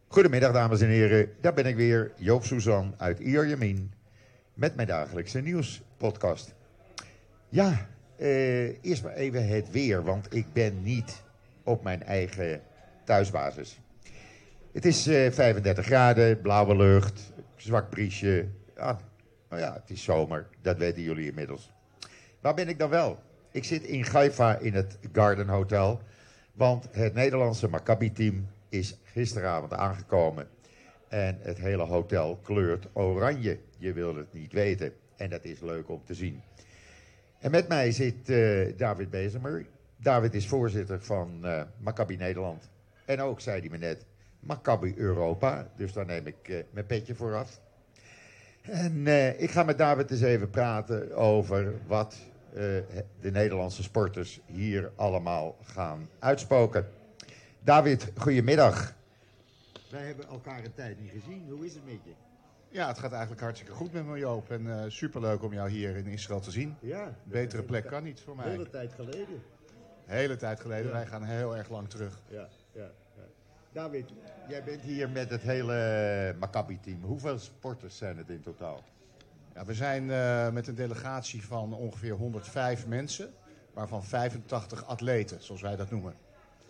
Goedemiddag dames en heren, daar ben ik weer, Joop Suzan uit Ierjemien met mijn dagelijkse nieuwspodcast. Ja, eerst maar even het weer, want ik ben niet op mijn eigen thuisbasis. Het is 35 graden, blauwe lucht, zwak briesje. Nou ja, het is zomer, dat weten jullie inmiddels. Waar ben ik dan wel? Ik zit in Haifa in het Garden Hotel, want het Nederlandse Maccabi-team is gisteravond aangekomen. En het hele hotel kleurt oranje. Je wilt het niet weten. En dat is leuk om te zien. En met mij zit David Bezemer. David is voorzitter van Maccabi Nederland. En ook, zei hij me net, Maccabi Europa. Dus daar neem ik mijn petje voor af. En ik ga met David eens even praten over wat de Nederlandse sporters hier allemaal gaan uitspoken. David, goedemiddag. Wij hebben elkaar een tijd niet gezien. Hoe is het met je? Ja, het gaat eigenlijk hartstikke goed met me, Joop. En superleuk om jou hier in Israël te zien. Ja. Betere plek kan niet voor mij. Hele tijd geleden. Hele tijd geleden. Ja. Wij gaan heel erg lang terug. Ja. David, jij bent hier met het hele Maccabi-team. Hoeveel sporters zijn het in totaal? Ja, we zijn met een delegatie van ongeveer 105 mensen, waarvan 85 atleten, zoals wij dat noemen.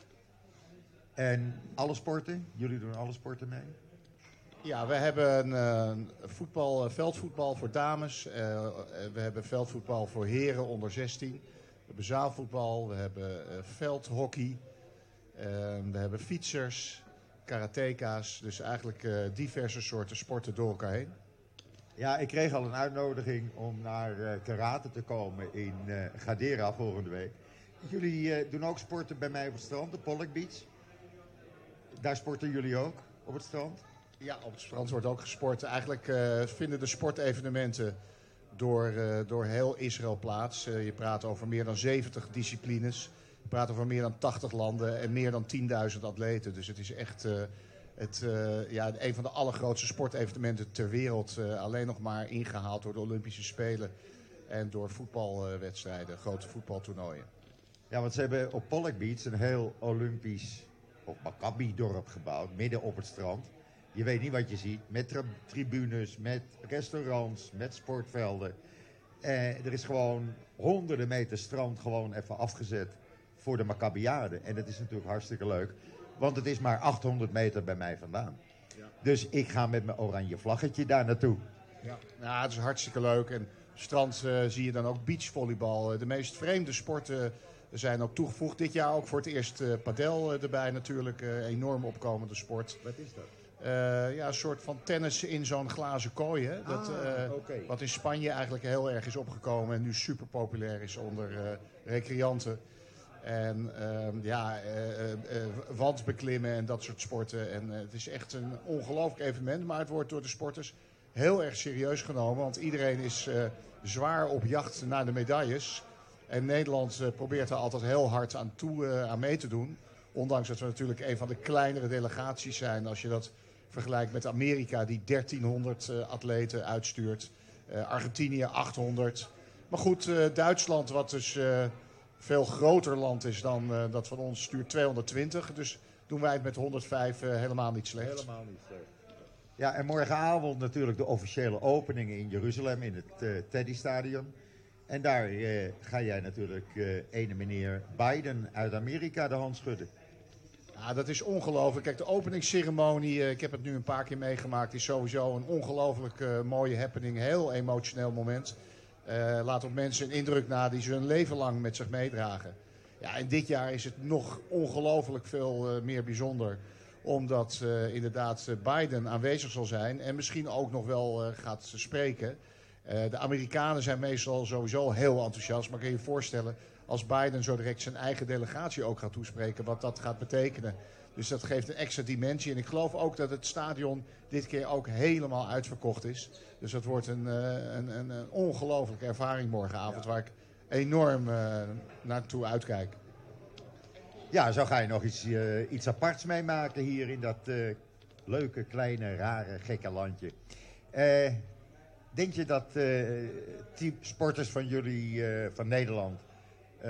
En alle sporten? Jullie doen alle sporten mee? Ja, we hebben veldvoetbal voor dames. We hebben veldvoetbal voor heren onder 16. We hebben zaalvoetbal, we hebben veldhockey. We hebben fietsers, karateka's. Dus eigenlijk diverse soorten sporten door elkaar heen. Ja, ik kreeg al een uitnodiging om naar karate te komen in Gadera volgende week. Jullie doen ook sporten bij mij op het strand, de Pollock Beach. Daar sporten jullie ook, op het strand? Ja, op het strand wordt ook gesport. Eigenlijk vinden de sportevenementen door heel Israël plaats. Je praat over meer dan 70 disciplines. Je praat over meer dan 80 landen en meer dan 10.000 atleten. Dus het is echt een van de allergrootste sportevenementen ter wereld. Alleen nog maar ingehaald door de Olympische Spelen en door voetbalwedstrijden, grote voetbaltoernooien. Ja, want ze hebben op Pollock Beach een heel Olympisch of Maccabi-dorp gebouwd, midden op het strand. Je weet niet wat je ziet, met tribunes, met restaurants, met sportvelden. Er is gewoon honderden meter strand gewoon even afgezet voor de Maccabiade. En dat is natuurlijk hartstikke leuk, want het is maar 800 meter bij mij vandaan. Ja. Dus ik ga met mijn oranje vlaggetje daar naartoe. Ja, het is hartstikke leuk. En strand zie je dan ook beachvolleybal. De meest vreemde sporten zijn ook toegevoegd. Dit jaar ook voor het eerst padel erbij natuurlijk. Enorm opkomende sport. Wat is dat? Een soort van tennis in zo'n glazen kooi. Hè? Okay. Wat in Spanje eigenlijk heel erg is opgekomen en nu super populair is onder recreanten. En wandbeklimmen en dat soort sporten. En het is echt een ongelooflijk evenement, maar het wordt door de sporters heel erg serieus genomen. Want iedereen is zwaar op jacht naar de medailles. En Nederland probeert er altijd heel hard aan mee te doen. Ondanks dat we natuurlijk een van de kleinere delegaties zijn. Als je dat vergelijkt met Amerika, die 1300 atleten uitstuurt. Argentinië 800. Maar goed, Duitsland, wat dus veel groter land is dan dat van ons, stuurt 220. Dus doen wij het met 105 helemaal niet slecht. Helemaal niet slecht. Ja, en morgenavond natuurlijk de officiële opening in Jeruzalem in het Teddy-stadion. En daar ga jij natuurlijk ene meneer Biden uit Amerika de hand schudden. Ja, dat is ongelooflijk. Kijk, de openingsceremonie, ik heb het nu een paar keer meegemaakt, is sowieso een ongelooflijk mooie happening. Heel emotioneel moment. Laat op mensen een indruk na die ze hun leven lang met zich meedragen. Ja, en dit jaar is het nog ongelooflijk veel meer bijzonder. Omdat inderdaad Biden aanwezig zal zijn en misschien ook nog wel gaat spreken. De Amerikanen zijn meestal sowieso heel enthousiast. Maar kan je je voorstellen, als Biden zo direct zijn eigen delegatie ook gaat toespreken, wat dat gaat betekenen. Dus dat geeft een extra dimensie. En ik geloof ook dat het stadion dit keer ook helemaal uitverkocht is. Dus dat wordt een ongelofelijke ervaring morgenavond, waar ik enorm naartoe uitkijk. Ja, zo ga je nog iets aparts meemaken hier in dat leuke, kleine, rare, gekke landje. Denk je dat sporters van jullie, van Nederland,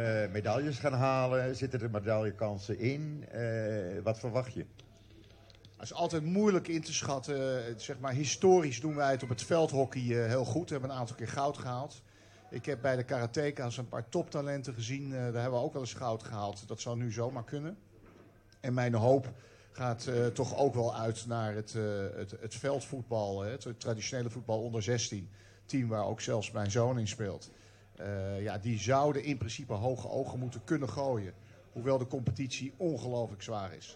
medailles gaan halen? Zitten er medaillekansen in? Wat verwacht je? Het is altijd moeilijk in te schatten. Zeg maar, historisch doen wij het op het veldhockey heel goed. We hebben een aantal keer goud gehaald. Ik heb bij de karateka's een paar toptalenten gezien. Daar hebben we ook wel eens goud gehaald. Dat zou nu zomaar kunnen. En mijn hoop gaat toch ook wel uit naar het veldvoetbal. Het traditionele voetbal onder 16. Team waar ook zelfs mijn zoon in speelt. Die zouden in principe hoge ogen moeten kunnen gooien. Hoewel de competitie ongelooflijk zwaar is.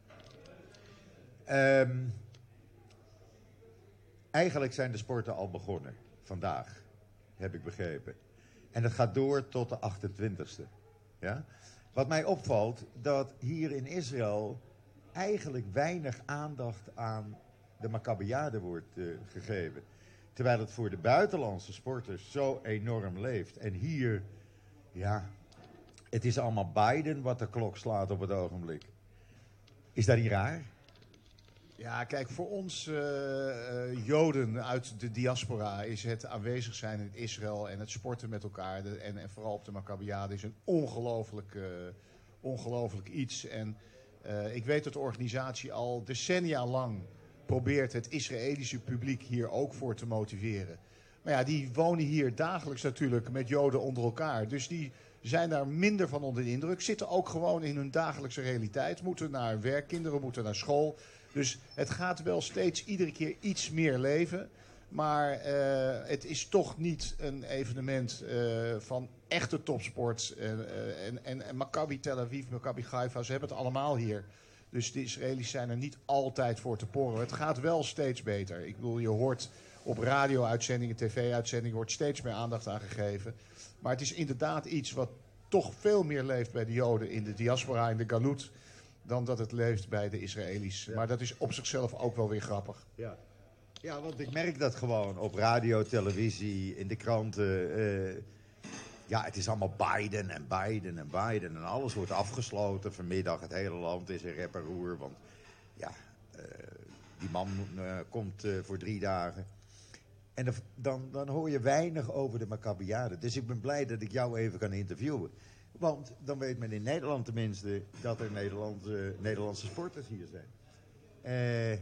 Eigenlijk zijn de sporten al begonnen. Vandaag, heb ik begrepen. En het gaat door tot de 28e. Ja? Wat mij opvalt, dat hier in Israël eigenlijk weinig aandacht aan de Maccabiade wordt gegeven. Terwijl het voor de buitenlandse sporters zo enorm leeft. En hier, ja, het is allemaal Biden wat de klok slaat op het ogenblik. Is dat niet raar? Ja, kijk, voor ons Joden uit de diaspora is het aanwezig zijn in Israël en het sporten met elkaar en vooral op de Maccabiade is een ongelooflijk iets. En ik weet dat de organisatie al decennia lang probeert het Israëlische publiek hier ook voor te motiveren. Maar ja, die wonen hier dagelijks natuurlijk met Joden onder elkaar. Dus die zijn daar minder van onder de indruk. Zitten ook gewoon in hun dagelijkse realiteit. Moeten naar werk, kinderen moeten naar school. Dus het gaat wel steeds iedere keer iets meer leven. Maar het is toch niet een evenement van echte topsport. En Maccabi Tel Aviv, Maccabi Haifa, ze hebben het allemaal hier. Dus de Israëli's zijn er niet altijd voor te porren. Het gaat wel steeds beter. Ik bedoel, je hoort op radio-uitzendingen, tv-uitzendingen, wordt steeds meer aandacht aan gegeven. Maar het is inderdaad iets wat toch veel meer leeft bij de Joden in de diaspora, in de Galut, dan dat het leeft bij de Israëli's. Ja. Maar dat is op zichzelf ook wel weer grappig. Ja. Ja, want ik merk dat gewoon op radio, televisie, in de kranten. Ja, het is allemaal Biden en Biden en Biden. En alles wordt afgesloten vanmiddag. Het hele land is in rep en roer. Want ja, die man komt voor 3 dagen. En dan hoor je weinig over de Maccabiade. Dus ik ben blij dat ik jou even kan interviewen. Want dan weet men in Nederland tenminste dat er Nederlandse sporters hier zijn.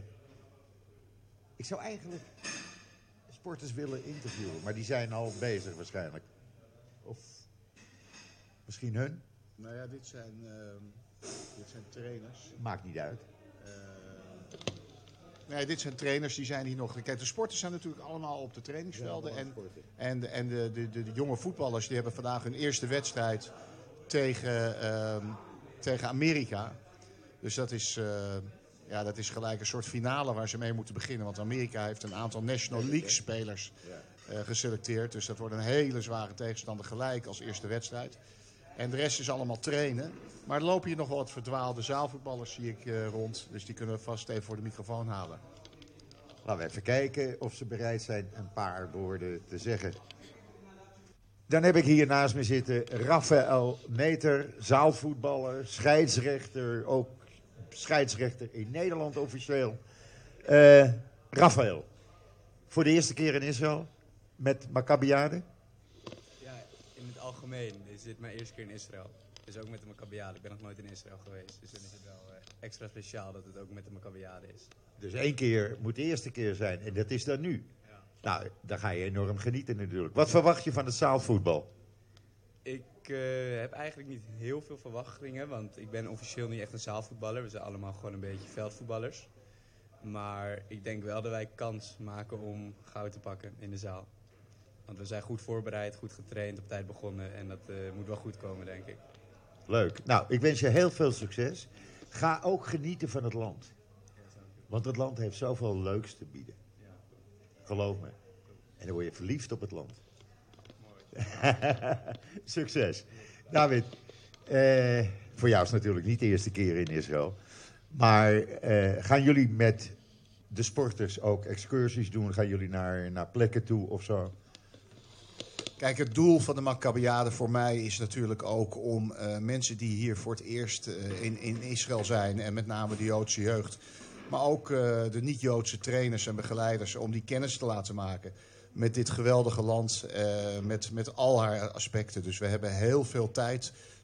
Ik zou eigenlijk sporters willen interviewen, maar die zijn al bezig waarschijnlijk. Of misschien hun? Nou ja, dit zijn trainers. Maakt niet uit. Nee, dit zijn trainers, die zijn hier nog. Kijk, de sporters zijn natuurlijk allemaal op de trainingsvelden. Ja, en de jonge voetballers die hebben vandaag hun eerste wedstrijd tegen Amerika. Dus dat is gelijk een soort finale waar ze mee moeten beginnen. Want Amerika heeft een aantal National League spelers geselecteerd. Dus dat wordt een hele zware tegenstander gelijk als eerste wedstrijd. En de rest is allemaal trainen. Maar er lopen hier nog wel wat verdwaalde zaalvoetballers, zie ik rond. Dus die kunnen we vast even voor de microfoon halen. Laten we even kijken of ze bereid zijn een paar woorden te zeggen. Dan heb ik hier naast me zitten Rafael Meter, zaalvoetballer, scheidsrechter, ook scheidsrechter in Nederland officieel. Rafael, voor de eerste keer in Israël met Maccabiade? Ja, in het algemeen is dit mijn eerste keer in Israël. Dus ook met de Maccabiade. Ik ben nog nooit in Israël geweest. Dus dan is het wel extra speciaal dat het ook met de Maccabiade is. Dus 1 keer moet de eerste keer zijn en dat is dan nu. Ja. Nou, dan ga je enorm genieten natuurlijk. Wat verwacht je van het zaalvoetbal? Ik heb eigenlijk niet heel veel verwachtingen, want ik ben officieel niet echt een zaalvoetballer. We zijn allemaal gewoon een beetje veldvoetballers. Maar ik denk wel dat wij kans maken om goud te pakken in de zaal. Want we zijn goed voorbereid, goed getraind, op tijd begonnen en dat moet wel goed komen, denk ik. Leuk. Nou, ik wens je heel veel succes. Ga ook genieten van het land. Want het land heeft zoveel leuks te bieden. Geloof me. En dan word je verliefd op het land. Succes. David, voor jou is het natuurlijk niet de eerste keer in Israël. Maar gaan jullie met de sporters ook excursies doen? Gaan jullie naar plekken toe of zo? Kijk, het doel van de Maccabiade voor mij is natuurlijk ook om mensen die hier voor het eerst in Israël zijn, en met name de Joodse jeugd, maar ook de niet-Joodse trainers en begeleiders, om die kennis te laten maken met dit geweldige land, met al haar aspecten. Dus we hebben heel veel tijd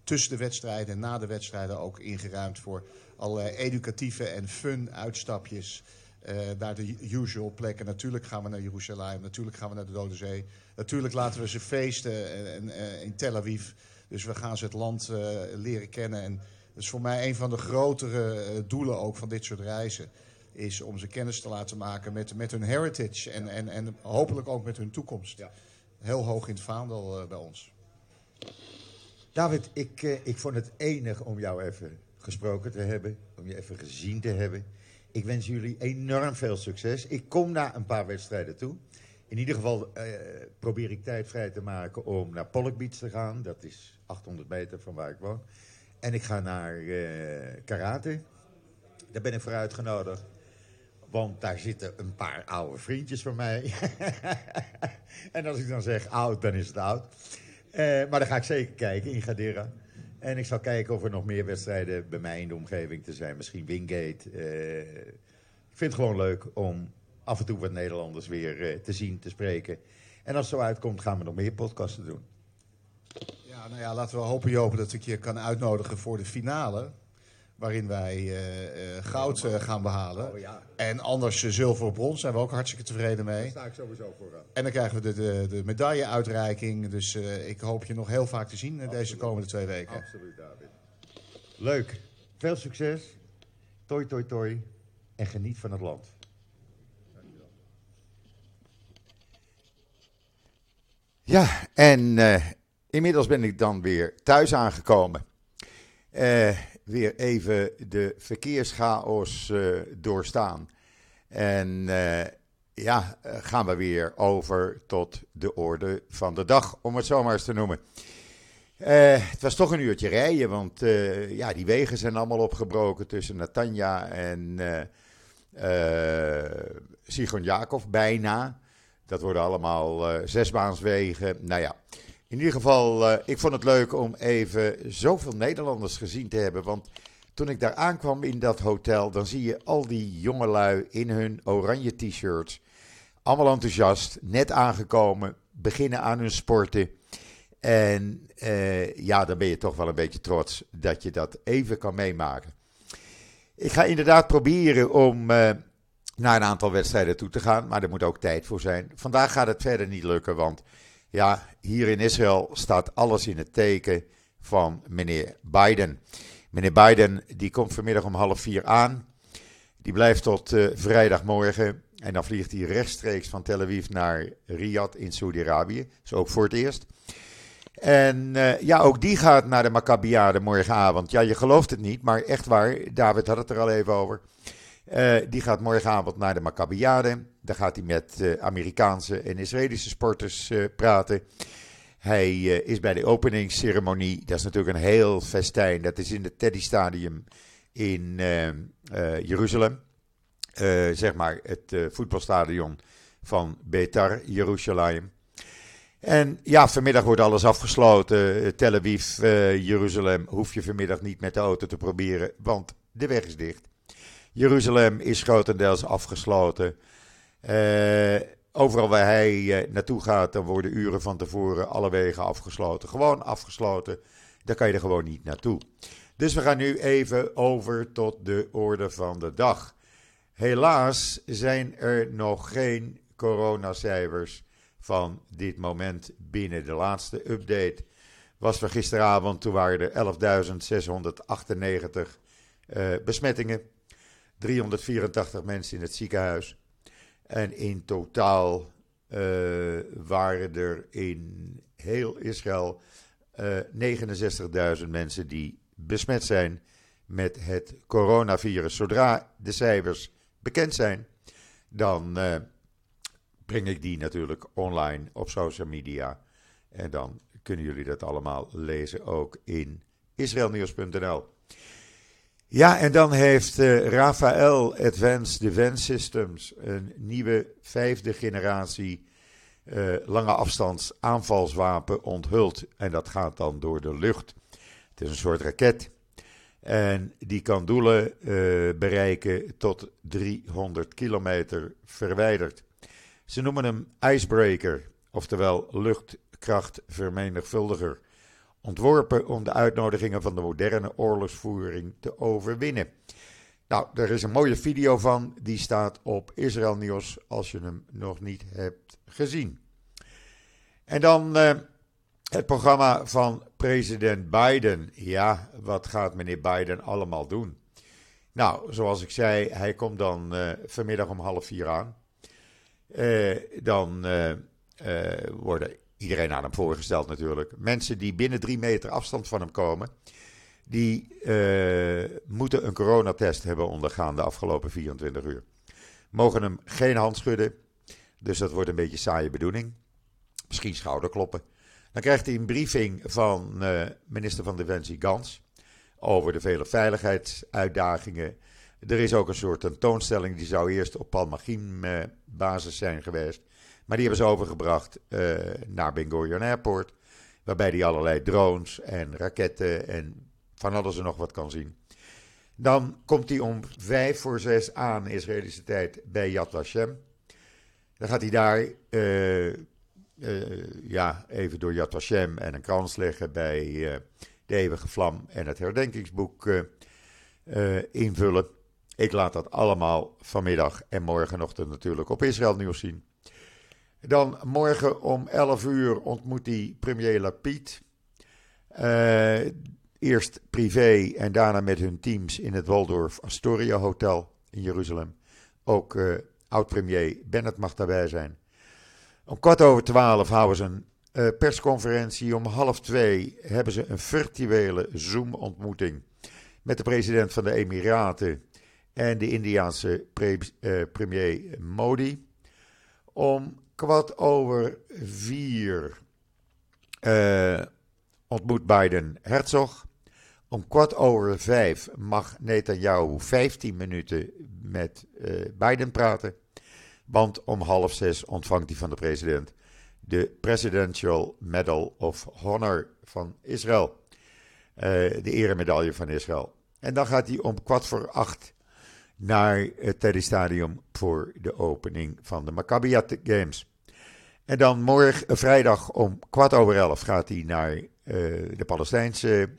tussen de wedstrijden en na de wedstrijden ook ingeruimd voor allerlei educatieve en fun uitstapjes. Naar de usual plekken. Natuurlijk gaan we naar Jeruzalem, natuurlijk gaan we naar de Dode Zee. Natuurlijk laten we ze feesten in Tel Aviv. Dus we gaan ze het land leren kennen. En dat is voor mij een van de grotere doelen ook van dit soort reizen. Is om ze kennis te laten maken met hun heritage. En hopelijk ook met hun toekomst. Ja. Heel hoog in het vaandel bij ons. David, ik vond het enig om jou even gesproken te hebben. Om je even gezien te hebben. Ik wens jullie enorm veel succes. Ik kom naar een paar wedstrijden toe. In ieder geval probeer ik tijd vrij te maken om naar Pollock Beach te gaan. Dat is 800 meter van waar ik woon. En ik ga naar karate. Daar ben ik voor uitgenodigd. Want daar zitten een paar oude vriendjes van mij. En als ik dan zeg oud, dan is het oud. Maar dan ga ik zeker kijken in Gadera. En ik zal kijken of er nog meer wedstrijden bij mij in de omgeving te zijn. Misschien Wingate. Ik vind het gewoon leuk om af en toe wat Nederlanders weer te zien, te spreken. En als het zo uitkomt, gaan we nog meer podcasten doen. Ja, nou ja, laten we hopen, Joop, dat ik je kan uitnodigen voor de finale. Waarin wij goud gaan behalen. Oh, ja. En anders zilver of brons, zijn we ook hartstikke tevreden mee. Daar sta ik sowieso vooraan. En dan krijgen we de medailleuitreiking. Dus ik hoop je nog heel vaak te zien deze komende 2 weken. Absoluut, David. Leuk. Veel succes. Toi, toi, toi. En geniet van het land. Ja, en inmiddels ben ik dan weer thuis aangekomen. Weer even de verkeerschaos doorstaan. En gaan we weer over tot de orde van de dag, om het zo maar eens te noemen. Het was toch een uurtje rijden, want die wegen zijn allemaal opgebroken tussen Natanja en Sigon Jakov, bijna. Dat worden allemaal 6-baanswegen. Nou ja, in ieder geval, ik vond het leuk om even zoveel Nederlanders gezien te hebben. Want toen ik daar aankwam in dat hotel, dan zie je al die jongelui in hun oranje t-shirts. Allemaal enthousiast, net aangekomen, beginnen aan hun sporten. En dan ben je toch wel een beetje trots dat je dat even kan meemaken. Ik ga inderdaad proberen om naar een aantal wedstrijden toe te gaan, maar er moet ook tijd voor zijn. Vandaag gaat het verder niet lukken, want hier in Israël staat alles in het teken van meneer Biden. Meneer Biden die komt vanmiddag om 3:30 aan. Die blijft tot vrijdagmorgen. En dan vliegt hij rechtstreeks van Tel Aviv naar Riyadh in Saudi-Arabië. Dat is ook voor het eerst. En ook die gaat naar de Maccabiade morgenavond. Ja, je gelooft het niet, maar echt waar. David had het er al even over. Die gaat morgenavond naar de Maccabiade. Daar gaat hij met Amerikaanse en Israëlische sporters praten. Hij is bij de openingsceremonie. Dat is natuurlijk een heel festijn. Dat is in het Teddy Stadium in Jeruzalem. Zeg maar het voetbalstadion van Beitar Jeruzalem. En vanmiddag wordt alles afgesloten. Tel Aviv, Jeruzalem hoef je vanmiddag niet met de auto te proberen, want de weg is dicht. Jeruzalem is grotendeels afgesloten. Overal waar hij naartoe gaat, dan worden uren van tevoren alle wegen afgesloten. Gewoon afgesloten, daar kan je er gewoon niet naartoe. Dus we gaan nu even over tot de orde van de dag. Helaas zijn er nog geen coronacijfers van dit moment binnen. De laatste update was van gisteravond, toen waren er 11.698 besmettingen. 384 mensen in het ziekenhuis. En in totaal waren er in heel Israël 69.000 mensen die besmet zijn met het coronavirus. Zodra de cijfers bekend zijn, dan breng ik die natuurlijk online op social media. En dan kunnen jullie dat allemaal lezen ook in israelnieuws.nl. Ja, en dan heeft Rafael Advanced Defense Systems een nieuwe 5e generatie lange afstands aanvalswapen onthuld. En dat gaat dan door de lucht. Het is een soort raket. En die kan doelen bereiken tot 300 kilometer verwijderd. Ze noemen hem Icebreaker, oftewel luchtkrachtvermenigvuldiger. ontworpen om de uitnodigingen van de moderne oorlogsvoering te overwinnen. Nou, er is een mooie video van, die staat op Israël Nieuws als je hem nog niet hebt gezien. En dan het programma van president Biden. Ja, wat gaat meneer Biden allemaal doen? Nou, zoals ik zei, hij komt dan vanmiddag om 3:30 aan. Dan worden iedereen aan hem voorgesteld natuurlijk. Mensen die binnen 3 meter afstand van hem komen, die moeten een coronatest hebben ondergaan de afgelopen 24 uur. Mogen hem geen hand schudden, dus dat wordt een beetje saaie bedoeling. Misschien schouderkloppen. Dan krijgt hij een briefing van minister van Defensie Gans over de vele veiligheidsuitdagingen. Er is ook een soort tentoonstelling, die zou eerst op Palmachim basis zijn geweest. Maar die hebben ze overgebracht naar Ben Gurion Airport, waarbij hij allerlei drones en raketten en van alles en nog wat kan zien. Dan komt hij om 5:45 aan, Israëlische tijd, bij Yad Vashem. Dan gaat hij daar even door Yad Vashem en een krans leggen bij de Eeuwige Vlam en het herdenkingsboek invullen. Ik laat dat allemaal vanmiddag en morgenochtend natuurlijk op Israël Nieuws zien. Dan morgen om 11 uur ontmoet hij premier Lapid. Eerst privé en daarna met hun teams in het Waldorf Astoria Hotel in Jeruzalem. Ook oud-premier Bennett mag daarbij zijn. Om 11:15 houden ze een persconferentie. Om 1:30 hebben ze een virtuele Zoom-ontmoeting met de president van de Emiraten en de Indiaanse premier Modi. Om 4:15 ontmoet Biden Herzog. Om 4:15 mag Netanyahu 15 minuten met Biden praten. Want om 5:30 ontvangt hij van de president de Presidential Medal of Honor van Israël. De eremedaille van Israël. En dan gaat hij om 7:15 naar het Teddy Stadium voor de opening van de Maccabi Games. En dan vrijdag om 11:15 gaat hij naar de Palestijnse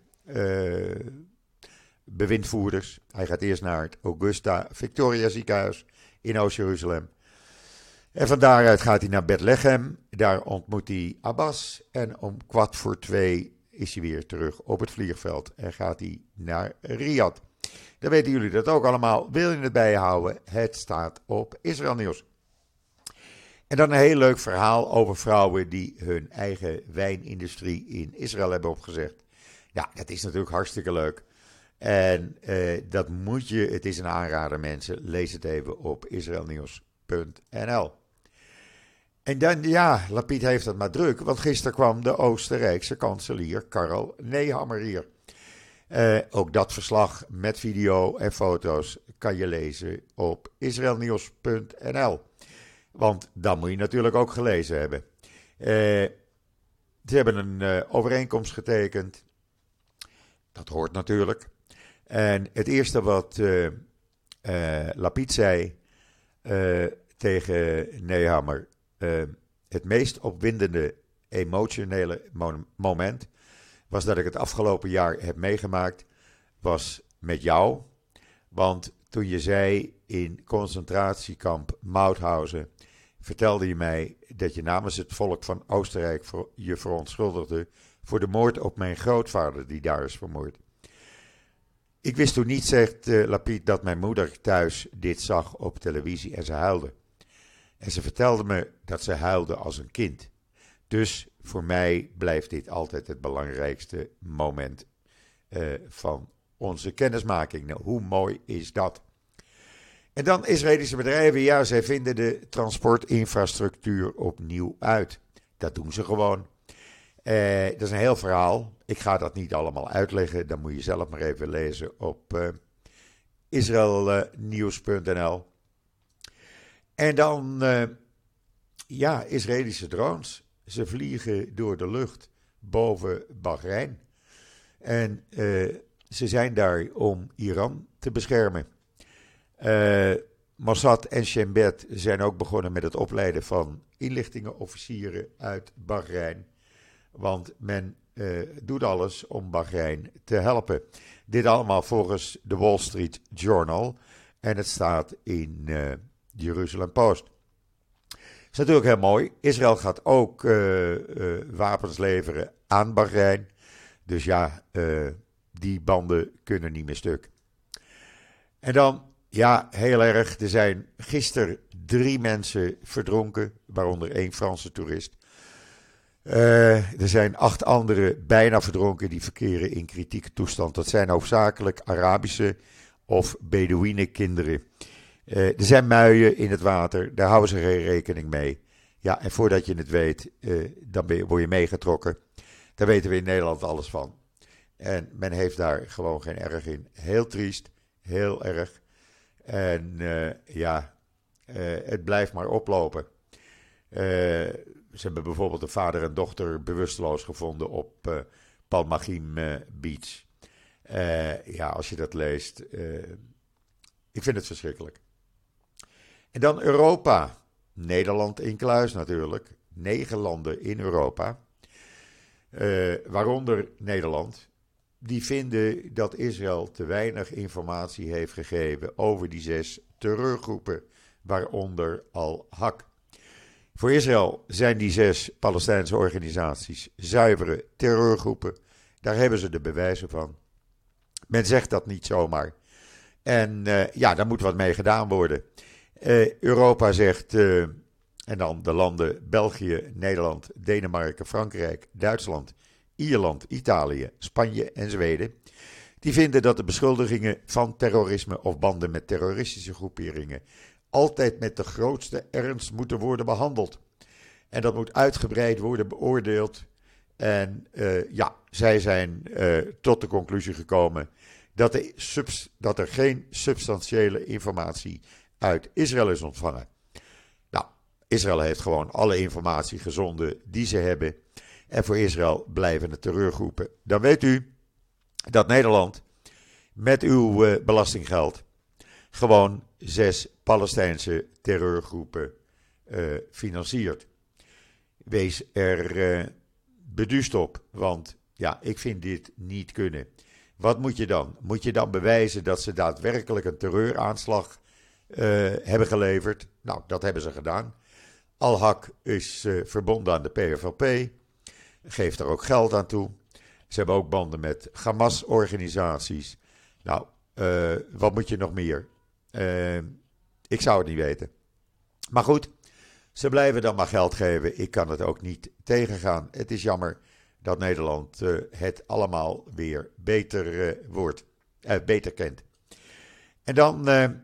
bewindvoerders. Hij gaat eerst naar het Augusta Victoria ziekenhuis in Oost-Jeruzalem. En van daaruit gaat hij naar Bethlehem. Daar ontmoet hij Abbas. En om 2:15 is hij weer terug op het vliegveld en gaat hij naar Riyadh. Dan weten jullie dat ook allemaal. Wil je het bijhouden? Het staat op Israël Nieuws. En dan een heel leuk verhaal over vrouwen die hun eigen wijnindustrie in Israël hebben opgezet. Ja, dat is natuurlijk hartstikke leuk. En dat moet je, het is een aanrader mensen, lees het even op israelnieuws.nl. En dan, ja, Lapid heeft het maar druk, want gisteren kwam de Oostenrijkse kanselier Karel Nehammer hier. Ook dat verslag met video en foto's kan je lezen op israelnieuws.nl. Want dan moet je natuurlijk ook gelezen hebben. Ze hebben een overeenkomst getekend. Dat hoort natuurlijk. En het eerste wat Lapid zei tegen Nehammer, het meest opwindende emotionele moment was dat ik het afgelopen jaar heb meegemaakt, was met jou. Want toen je zei in concentratiekamp Mauthausen, vertelde je mij dat je namens het volk van Oostenrijk je verontschuldigde voor de moord op mijn grootvader die daar is vermoord. Ik wist toen niet, zegt Lapid, dat mijn moeder thuis dit zag op televisie en ze huilde. En ze vertelde me dat ze huilde als een kind. Dus voor mij blijft dit altijd het belangrijkste moment van onze kennismaking. Nou, hoe mooi is dat? En dan Israëlische bedrijven, ja, zij vinden de transportinfrastructuur opnieuw uit. Dat doen ze gewoon. Dat is een heel verhaal. Ik ga dat niet allemaal uitleggen. Dan moet je zelf maar even lezen op israelnieuws.nl. En dan, Israëlische drones. Ze vliegen door de lucht boven Bahrein. En ze zijn daar om Iran te beschermen. Mossad en Shin Bet zijn ook begonnen met het opleiden van inlichtingenofficieren uit Bahrein. Want men doet alles om Bahrein te helpen. Dit allemaal volgens de Wall Street Journal. En het staat in de Jerusalem Post. Dat is natuurlijk heel mooi. Israël gaat ook wapens leveren aan Bahrein. Dus ja, die banden kunnen niet meer stuk. En dan, ja, heel erg. Er zijn gisteren 3 mensen verdronken, waaronder 1 Franse toerist. Er zijn 8 anderen bijna verdronken die verkeren in kritieke toestand. Dat zijn hoofdzakelijk Arabische of Bedouinenkinderen. Er zijn muien in het water, daar houden ze geen rekening mee. Ja, en voordat je het weet, dan word je meegetrokken. Daar weten we in Nederland alles van. En men heeft daar gewoon geen erg in. Heel triest, heel erg. En het blijft maar oplopen. Ze hebben bijvoorbeeld een vader en dochter bewusteloos gevonden op Palmachim Beach. Als je dat leest, ik vind het verschrikkelijk. En dan Europa. Nederland incluis natuurlijk. 9 landen in Europa. Waaronder Nederland. Die vinden dat Israël te weinig informatie heeft gegeven over die 6 terreurgroepen. Waaronder Al-Haq. Voor Israël zijn die 6 Palestijnse organisaties zuivere terreurgroepen. Daar hebben ze de bewijzen van. Men zegt dat niet zomaar. En daar moet wat mee gedaan worden. Europa zegt, en dan de landen België, Nederland, Denemarken, Frankrijk, Duitsland, Ierland, Italië, Spanje en Zweden. Die vinden dat de beschuldigingen van terrorisme of banden met terroristische groeperingen altijd met de grootste ernst moeten worden behandeld. En dat moet uitgebreid worden beoordeeld. En zij zijn tot de conclusie gekomen dat er geen substantiële informatie uit Israël is ontvangen. Nou, Israël heeft gewoon alle informatie gezonden die ze hebben. En voor Israël blijven de terreurgroepen. Dan weet u dat Nederland met uw belastinggeld gewoon 6 Palestijnse terreurgroepen financiert. Wees er beduust op, want ja, ik vind dit niet kunnen. Wat moet je dan? Moet je dan bewijzen dat ze daadwerkelijk een terreuraanslag hebben geleverd? Nou, dat hebben ze gedaan. Al-Haq is verbonden aan de PFLP, geeft er ook geld aan toe. Ze hebben ook banden met Hamas-organisaties. Nou, wat moet je nog meer? Ik zou het niet weten. Maar goed, ze blijven dan maar geld geven. Ik kan het ook niet tegengaan. Het is jammer dat Nederland het allemaal weer beter kent. En dan,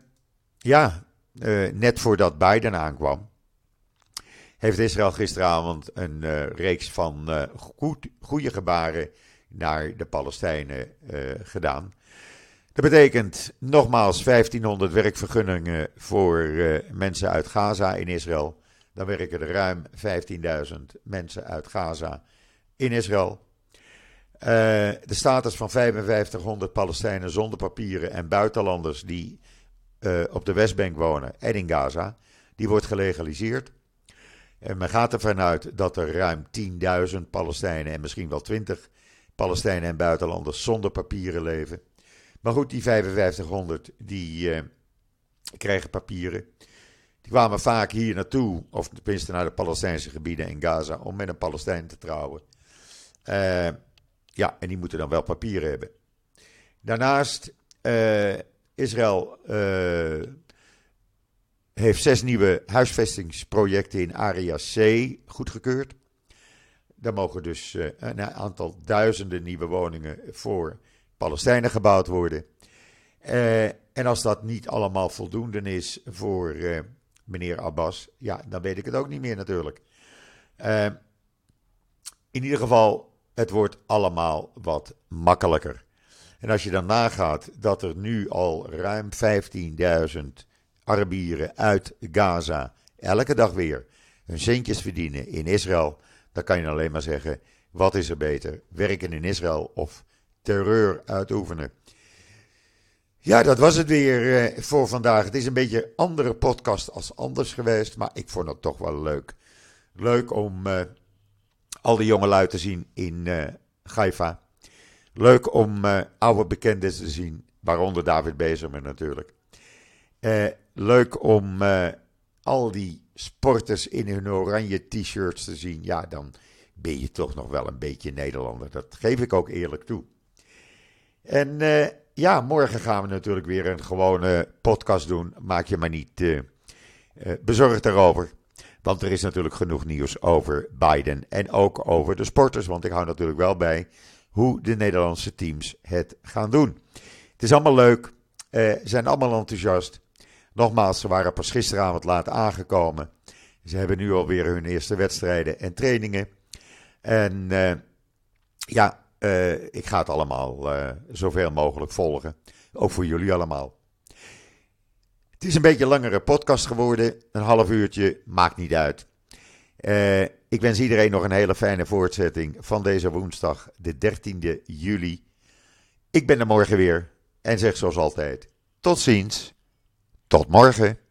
net voordat Biden aankwam, heeft Israël gisteravond een reeks van goede gebaren naar de Palestijnen gedaan. Dat betekent nogmaals 1500 werkvergunningen voor mensen uit Gaza in Israël. Dan werken er ruim 15.000 mensen uit Gaza in Israël. De status van 5500 Palestijnen zonder papieren en buitenlanders die op de Westbank wonen en in Gaza, die wordt gelegaliseerd. En men gaat ervan uit dat er ruim 10.000 Palestijnen en misschien wel 20 Palestijnen en buitenlanders zonder papieren leven. Maar goed, die 5500 die kregen papieren. Die kwamen vaak hier naartoe, of tenminste naar de Palestijnse gebieden in Gaza, om met een Palestijn te trouwen. En die moeten dan wel papieren hebben. Daarnaast, Israël heeft 6 nieuwe huisvestingsprojecten in Area C goedgekeurd. Daar mogen dus een aantal duizenden nieuwe woningen voor Palestijnen gebouwd worden. En als dat niet allemaal voldoende is voor meneer Abbas, ja, dan weet ik het ook niet meer natuurlijk. In ieder geval, het wordt allemaal wat makkelijker. En als je dan nagaat dat er nu al ruim 15.000 Arabieren uit Gaza elke dag weer hun centjes verdienen in Israël, dan kan je alleen maar zeggen, wat is er beter? Werken in Israël of terreur uitoefenen? Ja, dat was het weer voor vandaag. Het is een beetje een andere podcast als anders geweest, maar ik vond het toch wel leuk. Leuk om al die jongelui te zien in Haifa. Leuk om oude bekenden te zien, waaronder David Bezemer natuurlijk. Leuk om al die sporters in hun oranje t-shirts te zien. Ja, dan ben je toch nog wel een beetje Nederlander. Dat geef ik ook eerlijk toe. En morgen gaan we natuurlijk weer een gewone podcast doen. Maak je maar niet bezorgd daarover. Want er is natuurlijk genoeg nieuws over Biden en ook over de sporters. Want ik hou natuurlijk wel bij hoe de Nederlandse teams het gaan doen. Het is allemaal leuk. Ze zijn allemaal enthousiast. Nogmaals, ze waren pas gisteravond laat aangekomen. Ze hebben nu alweer hun eerste wedstrijden en trainingen. En ik ga het allemaal zoveel mogelijk volgen. Ook voor jullie allemaal. Het is een beetje een langere podcast geworden. Een half uurtje, maakt niet uit. Ik wens iedereen nog een hele fijne voortzetting van deze woensdag, de 13e juli. Ik ben er morgen weer en zeg zoals altijd, tot ziens, tot morgen.